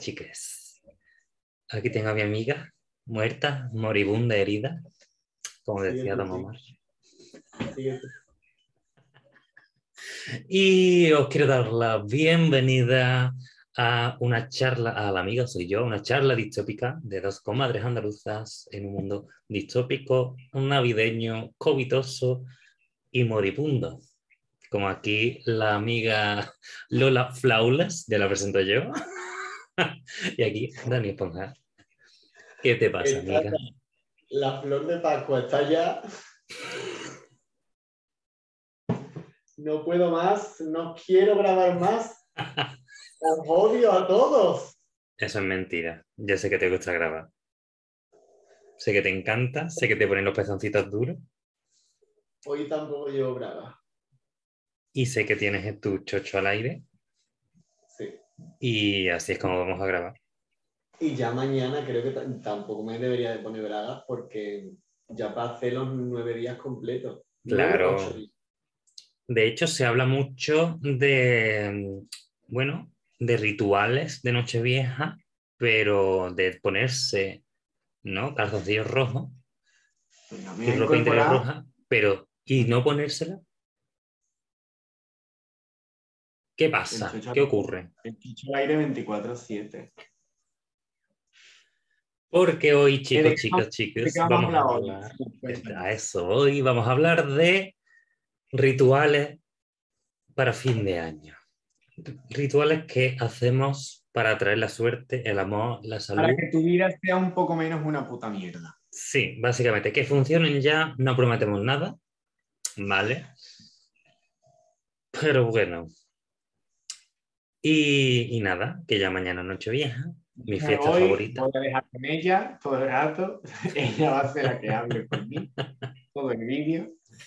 chiques. Aquí tengo a mi amiga, muerta, moribunda, herida, como Sigue decía tú, Don sí. Omar. Sigue tú. Y os quiero dar la bienvenida a una charla, a la amiga soy yo, una charla distópica de dos comadres andaluzas en un mundo distópico, navideño, covitoso y moribundo. Como aquí la amiga Lola Flaulas, ya la presento yo, y aquí Dani Esponja. ¿Qué te pasa, Está amiga? ya. La flor de Pascua está ya. No puedo más, no quiero grabar más. Os odio a todos. Eso es mentira. Ya sé que te gusta grabar. Sé que te encanta, sé que te ponen los pezoncitos duros Hoy tampoco llevo braga. y sé que tienes tu chocho al aire Sí. y así es como vamos a grabar. Y ya mañana creo que tampoco me debería de poner bragas porque ya pasé los 9 días completos. 9, 8 Claro. días. De hecho, se habla mucho de, bueno, de rituales de Nochevieja, pero de ponerse, ¿no? Calzoncillos rojos Venga, me y voy a ropa interior incorporar roja, pero ¿y no ponérsela? ¿Qué el pasa? chocho, ¿Qué ocurre? el chocho al aire 24/7. Porque hoy, ¿De chicos, qué chicas, de qué chicos, vamos a vamos a hablar hoy? hablar, Sí, cuéntame. a eso hoy, vamos a hablar de rituales para fin de año. Rituales que hacemos para atraer la suerte, el amor, la Para salud. que tu vida sea un poco menos una puta mierda. Sí, básicamente, que funcionen ya, no prometemos nada, ¿vale? Pero bueno, y nada, que ya mañana es Nochevieja, mi Me fiesta voy, favorita. voy a dejar con ella todo el rato. Ella va a ser la que hable por mí, todo el vídeo.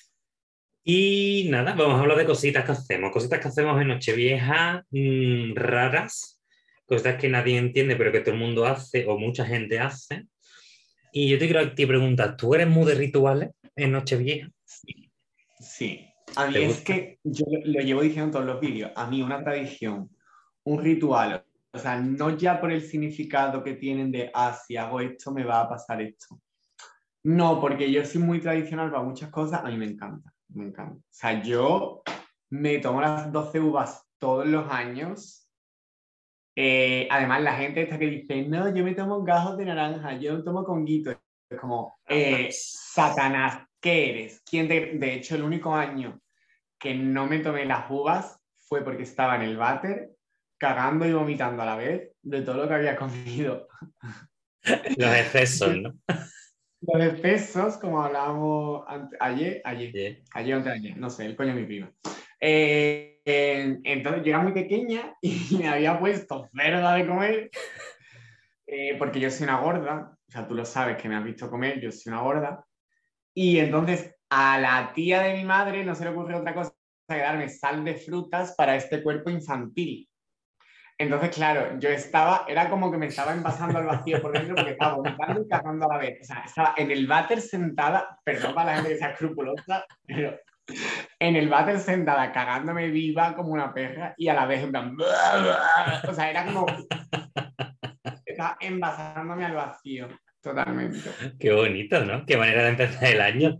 Y nada, vamos a hablar de cositas que hacemos en Nochevieja, raras, cosas que nadie entiende, pero que todo el mundo hace o mucha gente hace. Y yo te quiero a ti preguntar, ¿tú eres muy de rituales en Nochevieja? Sí, sí. A ¿Te mí es gusta? que yo lo llevo diciendo en todos los vídeos. A mí una tradición, un ritual, o sea, no ya por el significado que tienen de, si hago esto me va a pasar esto. No, porque yo soy muy tradicional para muchas cosas, a mí me encanta, me encanta. O sea, yo me tomo las 12 uvas todos los años. Además, la gente esta que dice, no, yo me tomo gajos de naranja, yo me tomo conguito. Es como, Satanás, ¿qué eres? De hecho, el único año que no me tomé las uvas fue porque estaba en el váter, cagando y vomitando a la vez de todo lo que había comido. Los excesos, ¿no? Los espesos, como hablábamos Yeah. ayer o anteayer, no sé, el coño de mi prima. Entonces yo era muy pequeña y me había puesto cerda de comer, porque yo soy una gorda, o sea, tú lo sabes que me has visto comer, yo soy una gorda, y entonces a la tía de mi madre no se le ocurrió otra cosa que darme sal de frutas para este cuerpo infantil. Entonces, claro, era como que me estaba envasando al vacío por dentro porque estaba vomitando y cagando a la vez. O sea, estaba en el váter sentada, perdón para la gente que sea escrupulosa, pero en el váter sentada cagándome viva como una perra y a la vez en plan, o sea, era como, estaba envasándome al vacío, totalmente. Qué bonito, ¿no? Qué manera de empezar el año.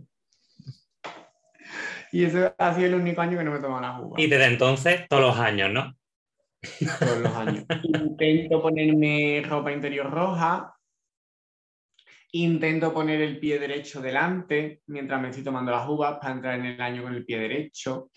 Y eso ha sido el único año que no me he tomado las Y uvas, desde entonces, todos los años, ¿no? todos los años. Intento ponerme ropa interior roja. Intento poner el pie derecho delante mientras me estoy tomando las uvas para entrar en el año con el pie derecho.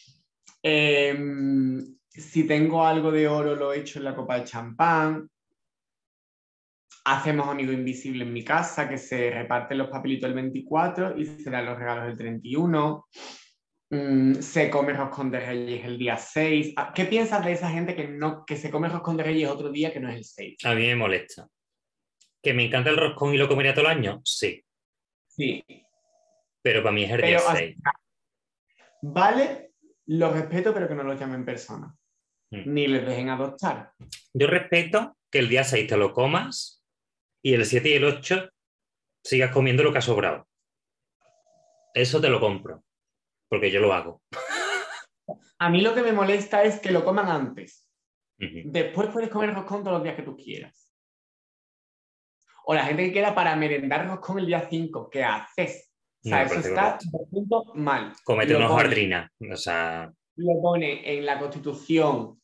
Si tengo algo de oro, lo echo en la copa de champán. Hacemos amigo invisible en mi casa, que se reparten los papelitos el 24 y se dan los regalos el 31. Se come roscón de reyes el día 6. ¿Qué piensas de esa gente que se come roscón de reyes otro día que no es el 6? A mí me molesta. ¿Que me encanta el roscón y lo comería todo el año? Sí, Sí, pero para mí es el día pero 6. vale, lo respeto, pero que no lo llamen persona. Mm. Ni les dejen adoptar. Yo respeto que el día 6 te lo comas y el 7 y el 8 sigas comiendo lo que ha sobrado. Eso te lo compro, porque yo lo hago. A mí lo que me molesta es que lo coman antes. Después puedes comer roscón todos los días que tú quieras. O la gente que quiera para merendar roscón el día 5, ¿qué haces? O No sea, me eso parece está correcto. de punto mal. Cómete Lo unos pone, jardina. O sea, lo pone en la Constitución,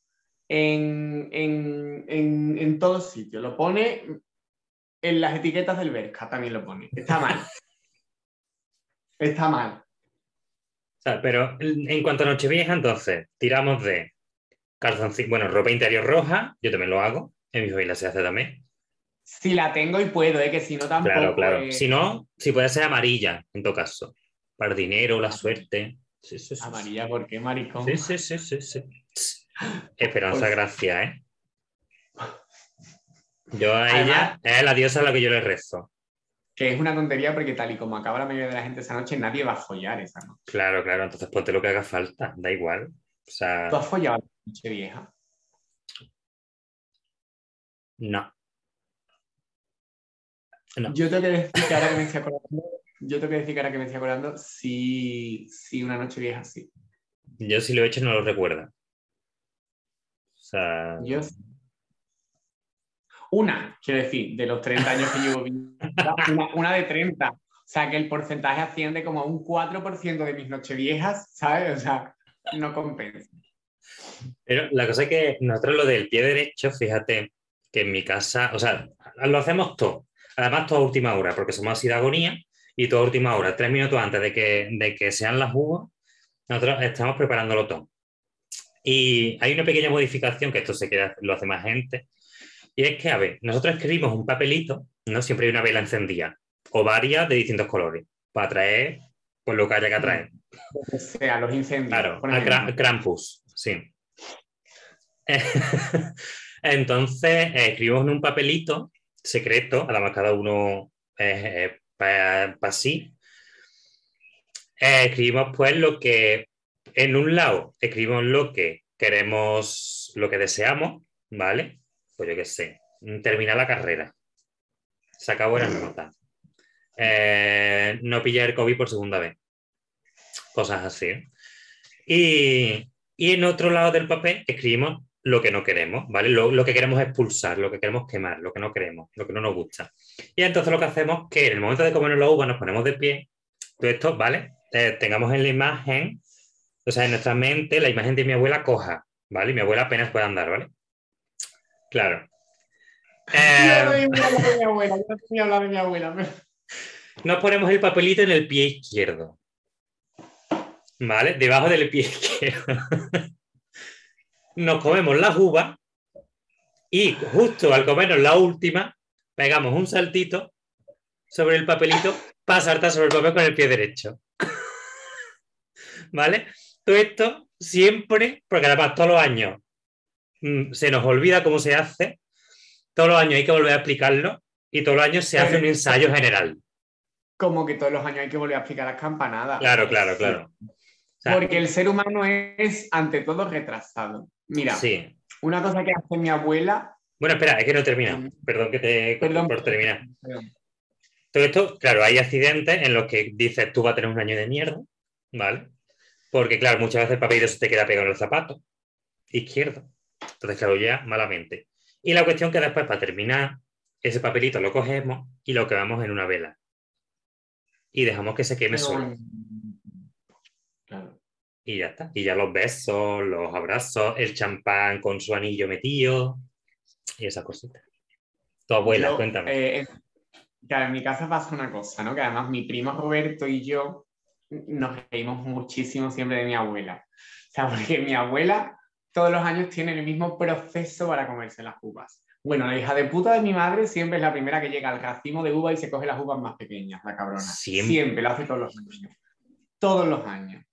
en todos sitios. Lo pone en las etiquetas del Berca, también lo pone. Está mal. Está mal. o sea, pero en cuanto a Nochevieja, entonces, tiramos de calzoncillo, bueno, ropa interior roja, yo también lo hago, en mi familia se hace también. Si la tengo y puedo, que si no Claro, tampoco claro. es Si no, si puede ser amarilla, en todo caso. Para el dinero, la suerte. Sí, sí, sí. Sí, amarilla. ¿Por qué, maricón? sí, sí, sí, sí, sí. Esperanza, Pues, gracia, ¿eh? Yo a además, ella es la diosa a la que yo le rezo. que es una tontería porque tal y como acaba la mayoría de la gente esa noche, nadie va a follar esa noche. Claro, claro, entonces ponte lo que haga falta, da igual. O ¿Tú sea, has follado la noche vieja? no, no. Yo tengo que decir que ahora que me estoy acordando, sí, sí, una noche vieja, sí. Yo si lo he hecho no lo recuerdo. O sea, Yo, quiero decir, de los 30 años que llevo viviendo, una de 30. O sea, que el porcentaje asciende como a un 4% de mis nocheviejas, ¿sabes? O sea, no compensa. pero la cosa es que nosotros lo del pie derecho, fíjate que en mi casa, o sea, lo hacemos todo. Además, todo a última hora, porque somos así de agonía y todo a última hora, 3 minutos antes de que sean las uvas, nosotros estamos preparándolo todo. Y hay una pequeña modificación, que esto lo hace más gente, y es que, a ver, nosotros escribimos un papelito, ¿no? Siempre hay una vela encendida, o varias de distintos colores, para atraer pues, lo que haya que atraer. O sea, los incendios, Claro, por a ejemplo. Krampus, sí. Entonces, escribimos en un papelito secreto, además cada uno para sí. Escribimos pues lo que, en un lado, escribimos lo que queremos, lo que deseamos, ¿vale? Pues yo qué sé, terminar la carrera, sacar buenas notas, no pillar el COVID por segunda vez, cosas así. Y en otro lado del papel escribimos lo que no queremos, ¿vale? Lo que queremos expulsar, lo que queremos quemar, lo que no queremos, lo que no nos gusta. Y entonces lo que hacemos es que en el momento de comernos la uva nos ponemos de pie, todo esto, ¿vale? Tengamos en la imagen, o sea, en nuestra mente, la imagen de mi abuela coja, ¿vale? Y mi abuela apenas puede andar, ¿vale? Claro. Yo Eh, no voy a hablar de mi abuela, yo no voy a hablar de mi abuela. nos ponemos el papelito en el pie izquierdo, ¿vale? Debajo del pie izquierdo. Nos comemos las uvas y justo al comernos la última, pegamos un saltito sobre el papelito para saltar sobre el papel con el pie derecho. ¿Vale? Todo esto siempre, porque además todos los años se nos olvida cómo se hace, todos los años hay que volver a explicarlo y todos los años se hace un ensayo general. Como que todos los años hay que volver a explicar las campanadas. Claro, claro, claro. O sea, Porque el ser humano es, ante todo, retrasado. Mira, sí. una cosa que hace mi abuela. Bueno, espera, es que no he terminado. Perdón que te Perdón, por terminar. perdón. Todo esto, claro, hay accidentes en los que dices tú vas a tener un año de mierda, ¿vale? Porque, claro, muchas veces el papel se te queda pegado en el zapato izquierdo. Entonces, claro, ya malamente. Y la cuestión que después, para terminar, ese papelito lo cogemos y lo quemamos en una vela. Y dejamos que se queme solo. Claro. Y ya está. Y ya los besos, los abrazos, el champán con su anillo metido y esas cositas. Tu abuela, Yo, cuéntame. claro, en mi casa pasa una cosa, ¿no? Que además mi primo Roberto y yo nos reímos muchísimo siempre de mi abuela. O sea, porque mi abuela todos los años tiene el mismo proceso para comerse las uvas. Bueno, la hija de puta de mi madre siempre es la primera que llega al racimo de uva y se coge las uvas más pequeñas, la cabrona. Siempre. Siempre, lo hace todos los años. Todos los años.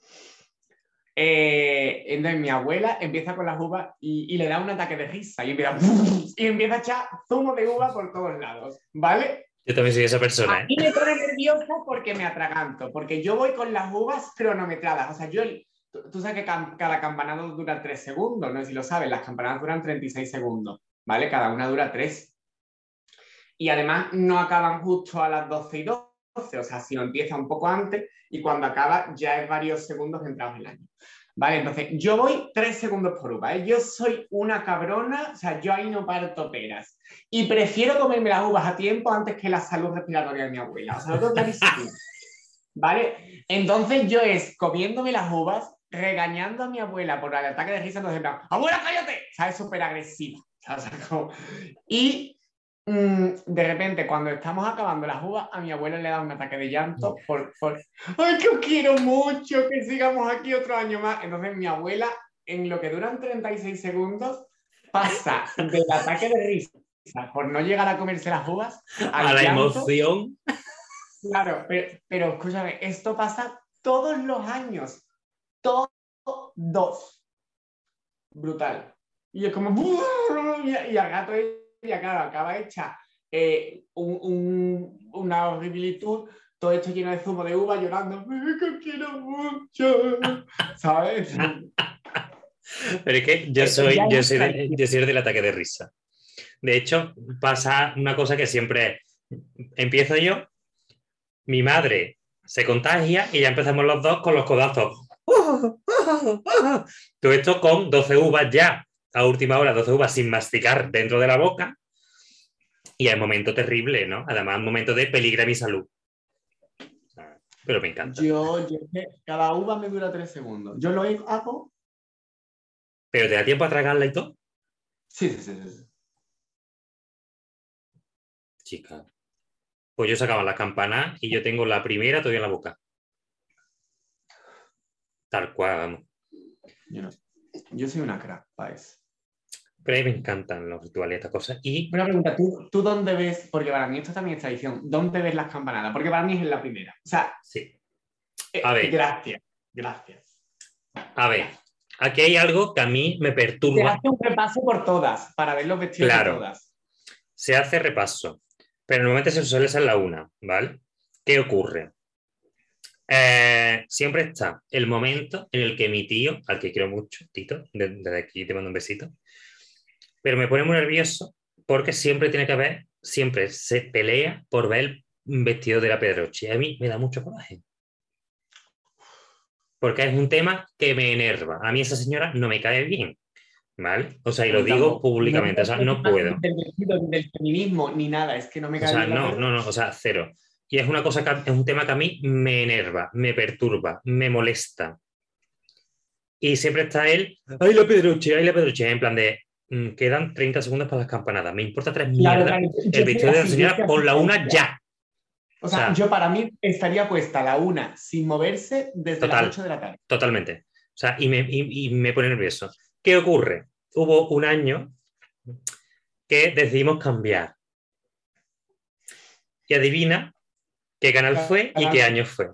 Entonces mi abuela empieza con las uvas y le da un ataque de risa y empieza a echar zumo de uva por todos lados, ¿vale? Yo también soy esa persona, A ¿eh? mí me pone nerviosa porque me atraganto, porque yo voy con las uvas cronometradas. O sea, tú sabes que cada campanado dura 3 segundos, no sé si lo sabes, las campanadas duran 36 segundos, ¿vale? Cada una dura 3. Y además no acaban justo a las 12:12, o sea, si no empieza un poco antes y cuando acaba ya es varios segundos entrados en el año. Vale, entonces yo voy 3 segundos por uva, ¿eh? Yo soy una cabrona, o sea, yo ahí no parto peras. Y prefiero comerme las uvas a tiempo antes que la salud respiratoria de mi abuela. O sea, lo tengo clarísimo. ¿Vale? Entonces yo es comiéndome las uvas, regañando a mi abuela por el ataque de risa, entonces en plan, ¡abuela, cállate! ¿Sabes? Súper agresiva. O sea, y de repente, cuando estamos acabando las uvas, a mi abuela le da un ataque de llanto por ¡ay, que os quiero mucho! Que sigamos aquí otro año más. Entonces mi abuela, en lo que duran 36 segundos, pasa del ataque de risa por no llegar a comerse las uvas A al la llanto. emoción. Claro, pero escúchame, esto pasa todos los años. Todos. Brutal. Y es como... Y al gato ella, claro, acaba hecha una horribilitud, todo esto lleno de zumo de uva, llorando. Que quiero mucho. ¿Sabes? Pero es que Ya yo es soy, tradición. yo soy de ataque de risa. De hecho, pasa una cosa que siempre empiezo yo, mi madre se contagia y ya empezamos los dos con los codazos. Todo esto con 12 uvas ya, a última hora, 12 uvas sin masticar dentro de la boca. Y es un momento terrible, ¿no? Además, un momento de peligro a mi salud. Pero me encanta. Cada uva me dura 3 segundos. Yo lo hago. ¿Pero te da tiempo a tragarla y todo? Sí, sí, sí, sí. Chica. Pues yo sacaba las campanas y yo tengo la primera todavía en la boca. Tal cual, vamos. Yo soy una crack, país. Pero a mí me encantan los rituales y estas cosas. Y Una pregunta, ¿tú dónde ves? Porque para mí esto también es tradición. ¿Dónde ves las campanadas? Porque para mí es en la primera. O sea, sí. A ver, gracias, gracias. a ver. Aquí hay algo que a mí me Se perturba. hace un repaso por todas, para ver los vestidos de Claro, todas. se hace repaso. Pero normalmente se suele ser la una, ¿vale? ¿Qué ocurre? Siempre está el momento en el que mi tío, al que quiero mucho, Tito, desde aquí te mando un besito, pero me pone muy nervioso porque siempre tiene que haber, siempre se pelea por ver el vestido de la Pedroche. A mí me da mucho coraje. Porque es un tema que me enerva. A mí esa señora no me cae bien, ¿vale? O sea, y A lo mí digo tampoco. No públicamente, o sea, es no puedo. del vestido, ni del feminismo, ni nada. Es que no me O cae sea, bien la no, no, Pedro. no, o sea, cero. Y es una cosa es un tema que a mí me enerva, me perturba, me molesta. Y siempre está él, ¡ay, la Pedroche! En plan de, quedan 30 segundos para las campanadas. Me importa tres Claro, mierdas. claro. El vestido de la Yo señora, soy pon así la con una ella. ya. O O sea, sea, yo para mí estaría puesta la una sin moverse desde las total, 8 de la tarde. totalmente. O sea, y me pone nervioso. ¿Qué ocurre? Hubo un año que decidimos cambiar. Y adivina qué canal fue y qué año fue.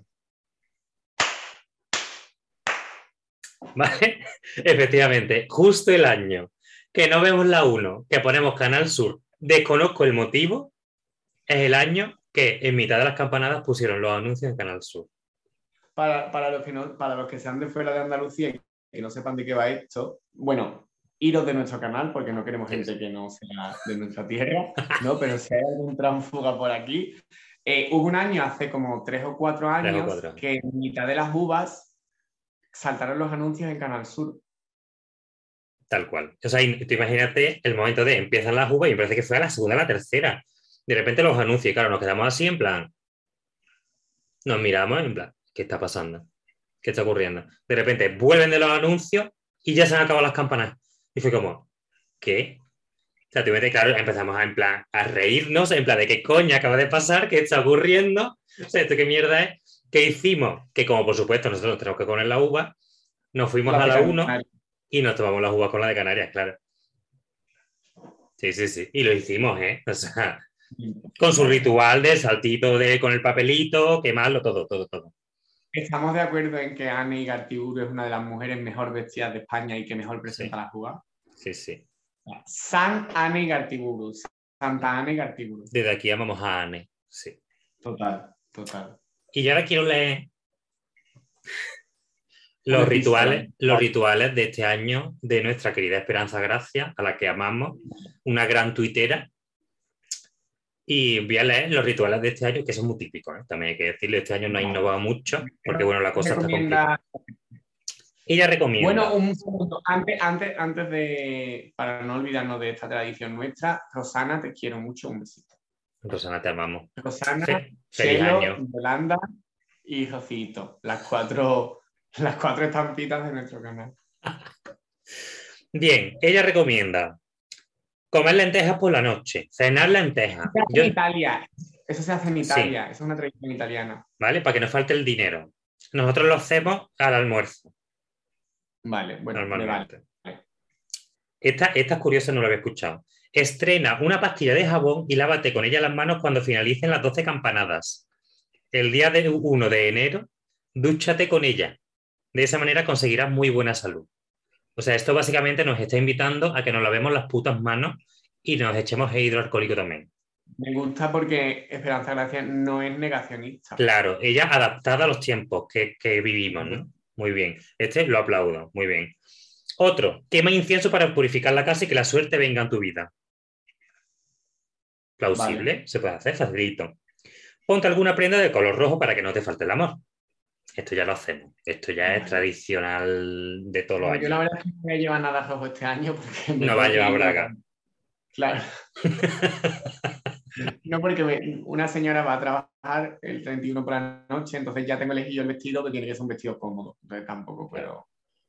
¿Vale? Efectivamente, justo el año que no vemos la uno, que ponemos Canal Sur, desconozco el motivo, es el año que en mitad de las campanadas pusieron los anuncios en Canal Sur. Para los que sean de fuera de Andalucía y que no sepan de qué va esto, bueno, iros de nuestro canal porque no queremos gente que no sea de nuestra tierra, ¿no? Pero si hay algún tránfuga por aquí, hubo un año, hace como 3 o 4 3 o años, 4 años. que en mitad de las uvas saltaron los anuncios en Canal Sur. Tal cual. O sea, tú imagínate el momento de empiezan las uvas y me parece que fue a la segunda o la tercera. De repente los anuncios y claro, nos quedamos así en plan, nos miramos en plan, ¿qué está pasando? ¿Qué está ocurriendo? De repente vuelven de los anuncios y ya se han acabado las campanas. Y fue como, ¿qué? O sea, tú metes, claro, empezamos a, en plan, a reírnos, en plan de qué coña acaba de pasar, qué está ocurriendo. O sea, ¿esto qué mierda es? ¿Qué hicimos? Que como por supuesto nosotros tenemos que poner la uva, nos fuimos Las a de la 1 Canarias. y nos tomamos las uvas con la de Canarias, claro. Sí, sí, sí. Y lo hicimos, ¿eh? O sea, con su ritual de saltito con el papelito, quemarlo, todo, todo, todo. ¿Estamos de acuerdo en que Anne Igartiburu es una de las mujeres mejor vestidas de España y que mejor presenta Sí, la jugada? sí, sí. San Anne Igartiburu. Santa Anne Igartiburu. Desde aquí llamamos a Anne, sí. Total, total. Y yo ahora quiero leer Un epístola. los rituales de este año de nuestra querida Esperanza Gracia, a la que amamos, una gran tuitera. Y voy a leer los rituales de este año, que son muy típicos, ¿eh? También hay que decirlo, este año no ha innovado mucho, porque bueno, la cosa está complicada. Recomienda. Ella recomienda. Bueno, un segundo. Antes de, para no olvidarnos de esta tradición nuestra, Rosana, te quiero mucho, un besito. Rosana, te amamos. Rosana, Feliz Chelo, año. Yolanda y Josito, las cuatro estampitas de nuestro canal. Bien, ella recomienda comer lentejas por la noche, cenar lentejas. Se hace en Italia. Eso se hace en Italia. Sí, Eso es una tradición italiana. ¿vale? Para que no falte el dinero. Nosotros lo hacemos al almuerzo, Vale, bueno, me vale. normalmente. Esta es curiosa, no lo había escuchado. Estrena una pastilla de jabón y lávate con ella las manos cuando finalicen las 12 campanadas. El día 1 de enero, dúchate con ella. De esa manera conseguirás muy buena salud. O sea, esto básicamente nos está invitando a que nos lavemos las putas manos y nos echemos gel hidroalcohólico también. Me gusta porque Esperanza Gracia no es negacionista. Claro, ella adaptada a los tiempos que vivimos, ¿no? Muy bien. Este lo aplaudo, muy bien. Otro, quema incienso para purificar la casa y que la suerte venga en tu vida. Plausible, Vale. se puede hacer, facilito. Ponte alguna prenda de color rojo para que no te falte el amor. Esto ya lo hacemos. Esto ya es tradicional de todos los Bueno, yo la años. verdad es que no voy a llevar nada rojo este año porque me No va a tengo que llevar ir braga. Claro. No, porque una señora va a trabajar el 31 por la noche, entonces ya tengo elegido el vestido que tiene que ser un vestido cómodo. Entonces tampoco puedo.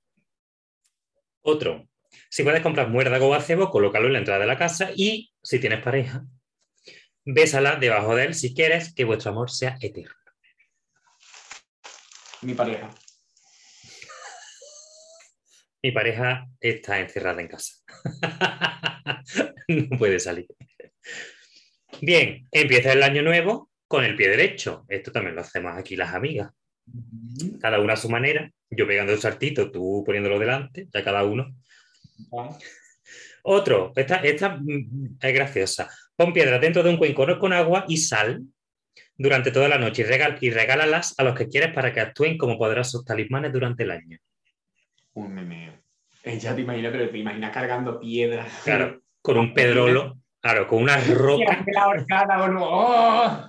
Otro, si puedes comprar muérdago o acebo, colócalo en la entrada de la casa y, si tienes pareja, bésala debajo de él si quieres que vuestro amor sea eterno. Mi pareja. Mi pareja está encerrada en casa. No puede salir. Bien, empieza el año nuevo con el pie derecho. Esto también lo hacemos aquí las amigas. Cada una a su manera. Yo pegando el saltito, tú poniéndolo delante, ya cada uno. Otro, esta es graciosa. Pon piedras dentro de un cuenco con agua y sal durante toda la noche y regálalas a los que quieres para que actúen como poderosos talismanes durante el año. Un meneo. Ya te imaginas, pero te imaginas cargando piedras. Claro, con un pedrolo, claro, con una roca. La horcada, ¡oh!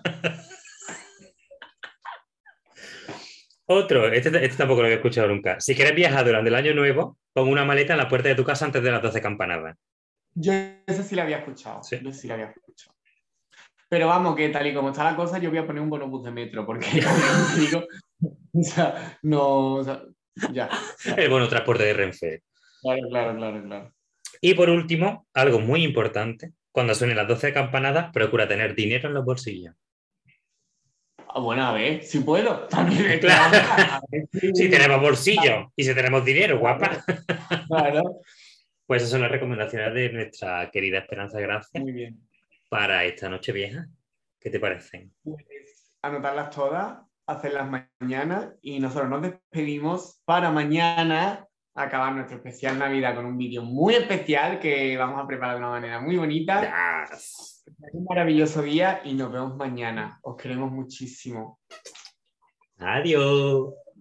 Otro, este tampoco lo había escuchado nunca. Si quieres viajar durante el año nuevo, pon una maleta en la puerta de tu casa antes de las 12 campanadas. Yo eso sí la había escuchado. Sí. Yo sí la había escuchado. Pero vamos, que tal y como está la cosa, yo voy a poner un bonobús de metro, porque digo, o sea, no, o sea, ya. El bono transporte de Renfe. Claro. Y por último, algo muy importante, cuando suenen las 12 campanadas, procura tener dinero en los bolsillos. Bueno, a ver, si puedo. También, Claro. a ver Si tenemos bolsillos y si tenemos dinero, guapa. Claro. Pues esas son las recomendaciones de nuestra querida Esperanza Gracia Muy bien. para esta noche vieja. ¿Qué te parecen? Pues, anotarlas todas, hacerlas mañana y nosotros nos despedimos para mañana acabar nuestro especial Navidad con un vídeo muy especial que vamos a preparar de una manera muy bonita. Yes. Un maravilloso día y nos vemos mañana. Os queremos muchísimo. Adiós.